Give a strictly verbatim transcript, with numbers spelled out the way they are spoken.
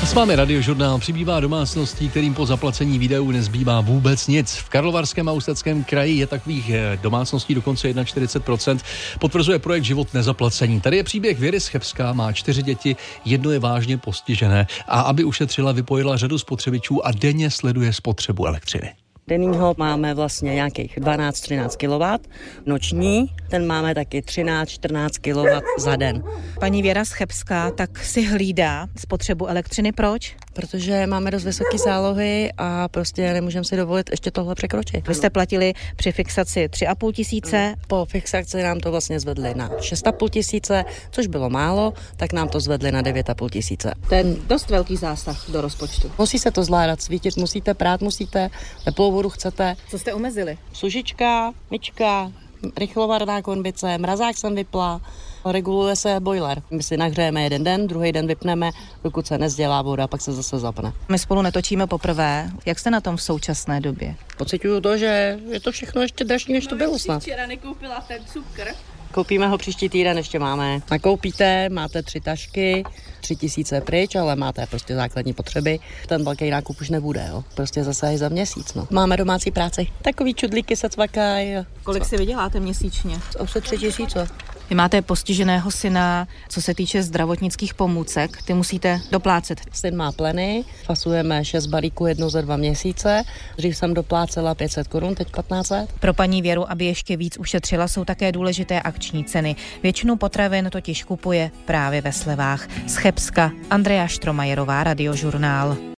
S vámi Radiožurnál. Přibývá domácností, kterým po zaplacení výdajů nezbývá vůbec nic. V Karlovarském a Ústeckém kraji je takových domácností dokonce čtyřicet jedna procent. Potvrzuje projekt Život nezaplacení. Tady je příběh Věry z Chebska, má čtyři děti, jedno je vážně postižené a aby ušetřila, vypojila řadu spotřebičů a denně sleduje spotřebu elektřiny. Denního máme vlastně nějakých dvanáct třináct kilowattů, noční, ten máme taky třináct čtrnáct kilowattů za den. Paní Věra z Chebska tak si hlídá spotřebu elektřiny. Proč? Protože máme dost vysoké zálohy a prostě nemůžeme si dovolit ještě tohle překročit. Vy jste platili při fixaci tři a půl tisíce. Po fixaci nám to vlastně zvedli na šest a půl tisíce, což bylo málo, tak nám to zvedli na devět a půl tisíce. To je dost velký zásah do rozpočtu. Musí se to zvládat, svítit musíte, prát musíte, teplou vodu chcete. Co jste omezili? Sužička, myčka, rychlovarná konvice, mrazák jsem vypla, reguluje se boiler. My si nahřejeme jeden den, druhý den vypneme, dokud se nezdělá voda, pak se zase zapne. My spolu netočíme poprvé. Jak jste na tom v současné době? Pociťuju to, že je to všechno ještě dražší, než to bylo snad. Včera nekoupila ten cukr. Koupíme ho příští týden, ještě máme. Nakoupíte, máte tři tašky, tři tisíce pryč, ale máte prostě základní potřeby. Ten velký nákup už nebude, jo. Prostě zase i za měsíc, no. Máme domácí práci. Takový čudlíky se cvakají. Kolik si vyděláte měsíčně? Asi tři tisíce. Vy máte postiženého syna, co se týče zdravotnických pomůcek, ty musíte doplácet. Syn má pleny, fasujeme šest balíků jednou za dva měsíce. Dřív jsem doplácela pět set korun, teď patnáct set. Pro paní Věru, aby ještě víc ušetřila, jsou také důležité akční ceny. Většinu potravin totiž kupuje právě ve slevách. Z Chebska Andrea Štromajerová, Radiožurnál.